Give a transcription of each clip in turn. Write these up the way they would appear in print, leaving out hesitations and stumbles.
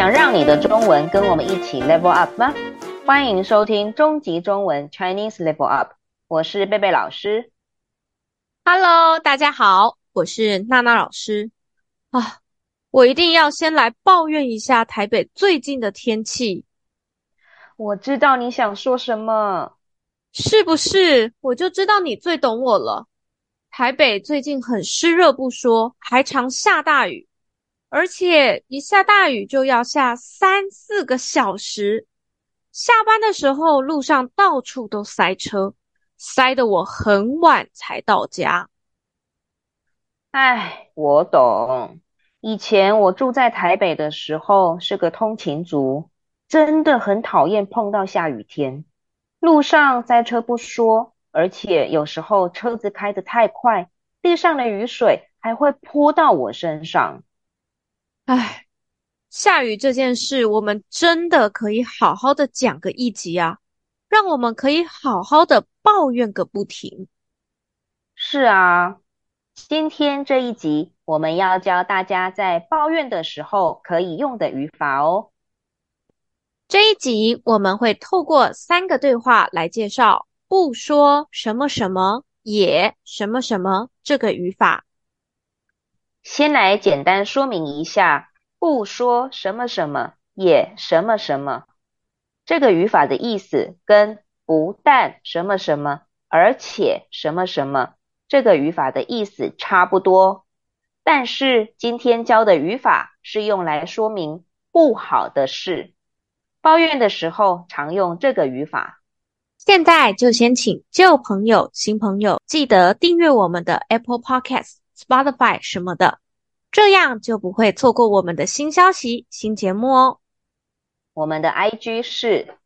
想让你的中文跟我们一起 level up 吗？欢迎收听终极中文 Chinese Level Up， 我是贝贝老师。 Hello，大家好，我是娜娜老师啊。我一定要先来抱怨一下台北最近的天气， 我知道你想说什么。 是不是？我就知道你最懂我了。台北最近很湿热不说，还常下大雨，而且一下大雨就要下3、4个小时。下班的时候，路上到处都塞车，塞得我很晚才到家。 唉，我懂。以前我住在台北的时候是个通勤族，真的很讨厌碰到下雨天。路上塞车不说，而且有时候车子开得太快，地上的雨水还会泼到我身上。 唉。下雨这件事，我们真的可以好好的讲个一集啊，让我们可以好好的抱怨个不停。 是啊，今天这一集我们要教大家在抱怨的时候可以用的语法哦。 这一集我们会透过3个对话来介绍不说什么什么也什么什么这个语法。 先来简单说明一下，不说什么什么也什么什么这个语法的意思，跟不但什么什么，而且什么什么这个语法的意思差不多。但是今天教的语法是用来说明不好的事，抱怨的时候常用这个语法。 现在就先请旧朋友、新朋友记得订阅我们的 Apple Podcast、Spotify 什么的，这样就不会错过我们的新消息、新节目哦。 我们的 IG 是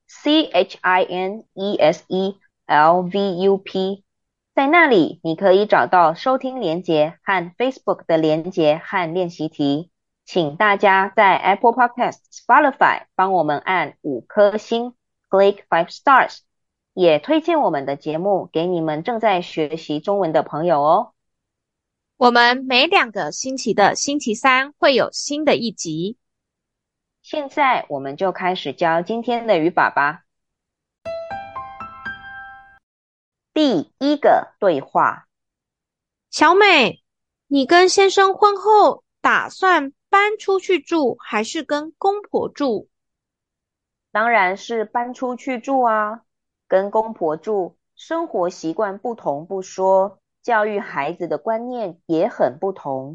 ChineseLVUP，在那里你可以找到收听连结和 Facebook 的连结和练习题。请大家在 Apple Podcast、Spotify 帮我们按5颗星 ，Click 5 stars，也推荐我们的节目给你们正在学习中文的朋友哦。 我们每2个星期的星期三会有新的一集。 现在我们就开始教今天的语法吧。第一个对话。 小美，你跟先生婚后打算搬出去住，还是跟公婆住？ 当然是搬出去住啊，跟公婆住，生活习惯不同不说，教育孩子的观念也很不同。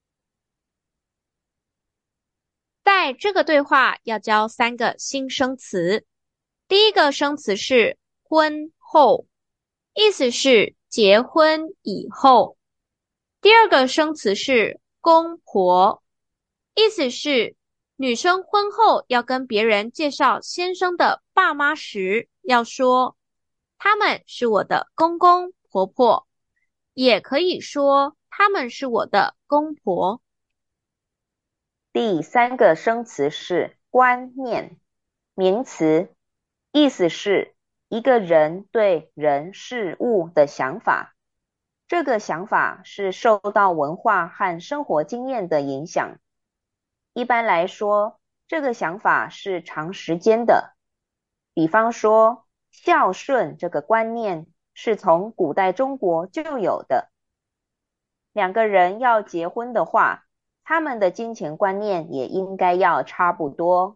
在这个对话要教3个新生词。第一个生词是婚后，意思是结婚以后。第二个生词是公婆，意思是女生婚后要跟别人介绍先生的爸妈时，要说他们是我的公公婆婆，也可以说他们是我的公婆。 第三个生词是观念，名词，意思是一个人对人事物的想法。这个想法是受到文化和生活经验的影响。一般来说，这个想法是长时间的。比方说，孝顺这个观念是从古代中国就有的。两个人要结婚的话，他们的金钱观念也应该要差不多。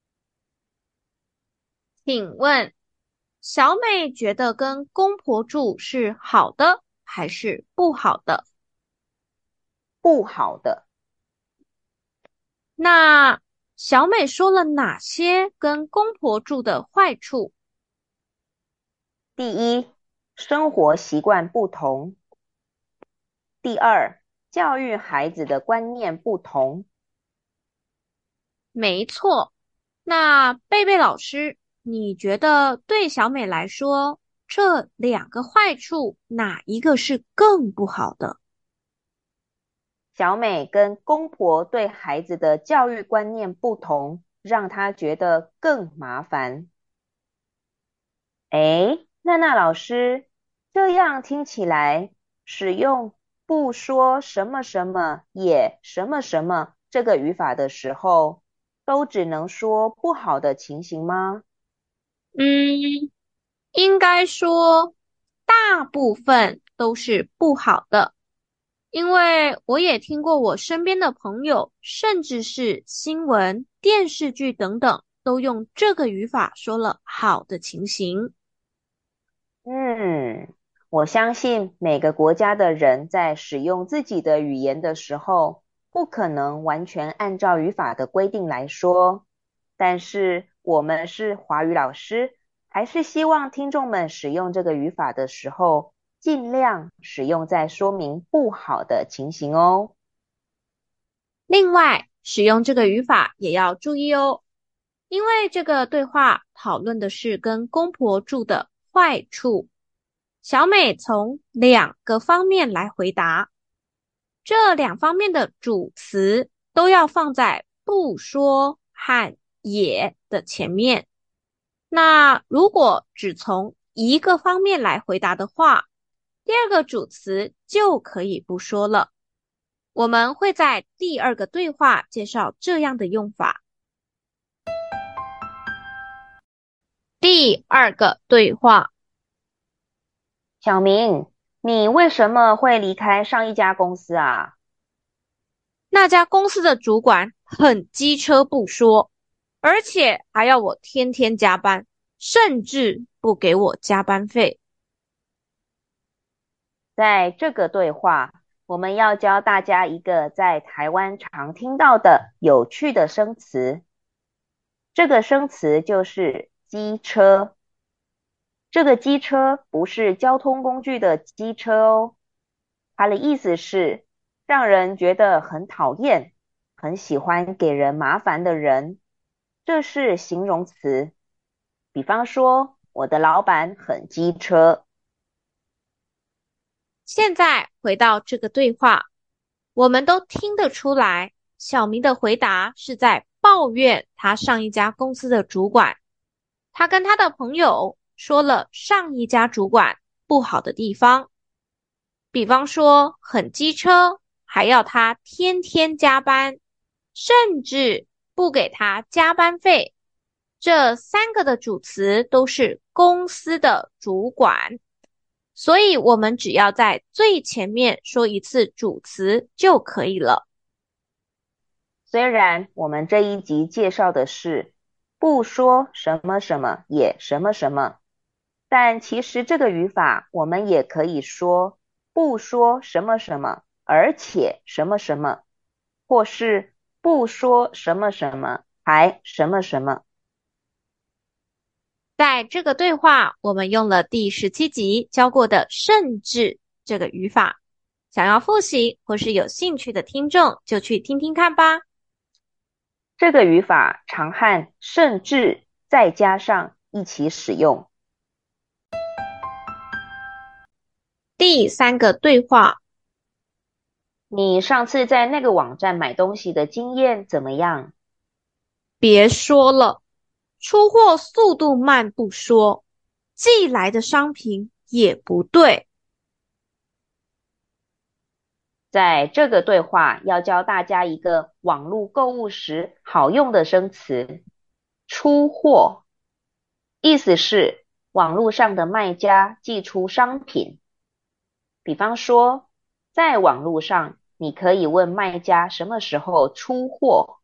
请问，小美觉得跟公婆住是好的还是不好的？ 不好的， 那小美说了哪些跟公婆住的坏处？ 第一，生活习惯不同；第二，教育孩子的观念不同。 没错。那贝贝老师，你觉得对小美来说，这2个坏处哪一个是更不好的？ 小美跟公婆对孩子的教育观念不同，让她觉得更麻烦。诶，娜娜老师，这样听起来，使用不说什么什么也什么什么这个语法的时候， 都只能说不好的情形吗？ 嗯，应该说大部分都是不好的，因为我也听过我身边的朋友，甚至是新闻、电视剧等等，都用这个语法说了好的情形。 嗯，我相信每个国家的人在使用自己的语言的时候，不可能完全按照语法的规定来说。但是我们是华语老师，还是希望听众们使用这个语法的时候，尽量使用在说明不好的情形哦。 另外，使用这个语法也要注意哦，因为这个对话讨论的是跟公婆住的坏处。小美从两个方面来回答，这两方面的主词都要放在不说和也的前面。那如果只从一个方面来回答的话，第二个主词就可以不说了。我们会在第二个对话介绍这样的用法。第二个对话， 小明，你为什么会离开上一家公司啊？ 那家公司的主管很机车不说，而且还要我天天加班，甚至不给我加班费。 在这个对话，我们要教大家一个在台湾常听到的有趣的生词。这个生词就是机车。这个机车不是交通工具的机车哦，它的意思是让人觉得很讨厌，很喜欢给人麻烦的人。这是形容词。比方说，我的老板很机车。 现在回到这个对话，我们都听得出来，小明的回答是在抱怨他上一家公司的主管。他跟他的朋友说了上一家主管不好的地方，比方说很机车，还要他天天加班，甚至不给他加班费。这三个的主词都是公司的主管，所以我们只要在最前面说一次主词就可以了。 虽然我们这一集介绍的是不说什么什么也什么什么，但其实这个语法我们也可以说不说什么什么，而且什么什么，或是不说什么什么还什么什么。 在这个对话，我们用了第17集教过的甚至这个语法。想要复习或是有兴趣的听众，就去听听看吧。 这个语法常和甚至再加上一起使用。 第三个对话， 你上次在那个网站买东西的经验怎么样？ 别说了，出货速度慢不说，寄来的商品也不对。 在这个对话要教大家一个网络购物时好用的生词，出货，意思是网络上的卖家寄出商品。比方说，在网络上，你可以问卖家什么时候出货。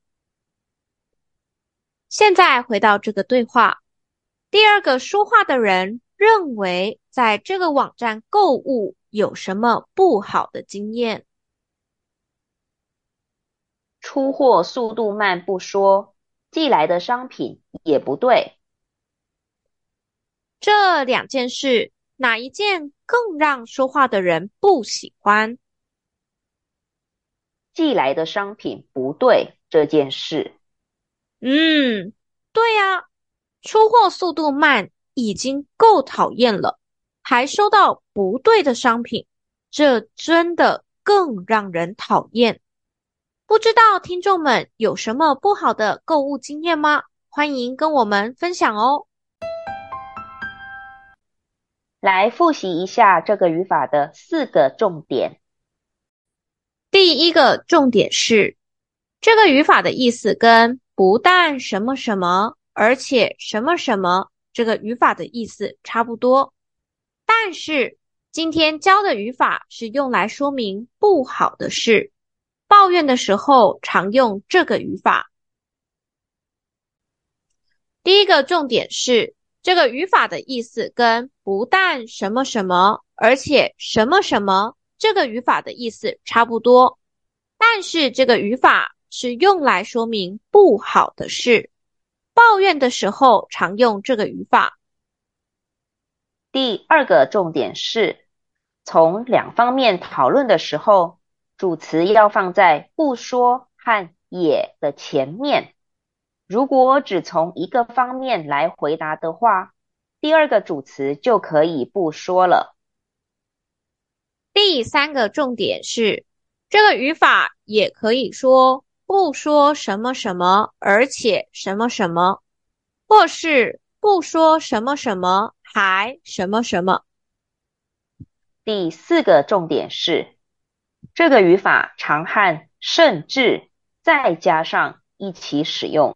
现在回到这个对话，第二个说话的人认为在这个网站购物有什么不好的经验。 出货速度慢不说，寄来的商品也不对。 这两件事，哪一件更让说话的人不喜欢？ 寄来的商品不对这件事。 对呀，出货速度慢已经够讨厌了，还收到不对的商品，这真的更让人讨厌。不知道听众们有什么不好的购物经验吗？欢迎跟我们分享哦。 来复习一下这个语法的4个重点。 第一个重点是，这个语法的意思跟不但什么什么，而且什么什么，这个语法的意思差不多。但是今天教的语法是用来说明不好的事，抱怨的时候常用这个语法。第一个重点是，这个语法的意思跟不但什么什么，而且什么什么，这个语法的意思差不多。但是这个语法是用来说明不好的事，抱怨的时候常用这个语法。 第二个重点是，从两方面讨论的时候，主词要放在不说和也的前面。如果只从一个方面来回答的话，第二个主词就可以不说了。 第三个重点是，这个语法也可以说不说什么什么，而且什么什么，或是不说什么什么，还什么什么。 第四个重点是，这个语法常和甚至再加上一起使用。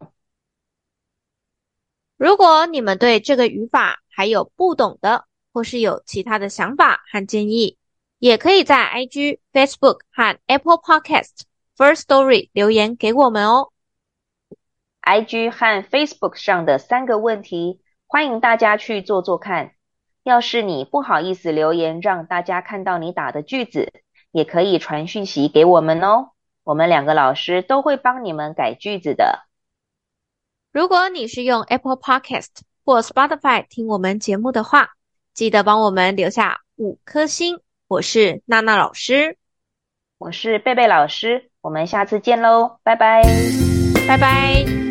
如果你们对这个语法还有不懂的，或是有其他的想法和建议，也可以在 IG、Facebook 和 Apple Podcast First Story 留言给我们哦。 IG 和 Facebook 上的3个问题，欢迎大家去做做看。要是你不好意思留言让大家看到你打的句子，也可以传讯息给我们哦。我们2个老师都会帮你们改句子的。 如果你是用 Apple Podcast 或 Spotify 听我们节目的话，记得帮我们留下5颗星。我是娜娜老师， 我是贝贝老师，我们下次见喽，拜拜。 拜拜。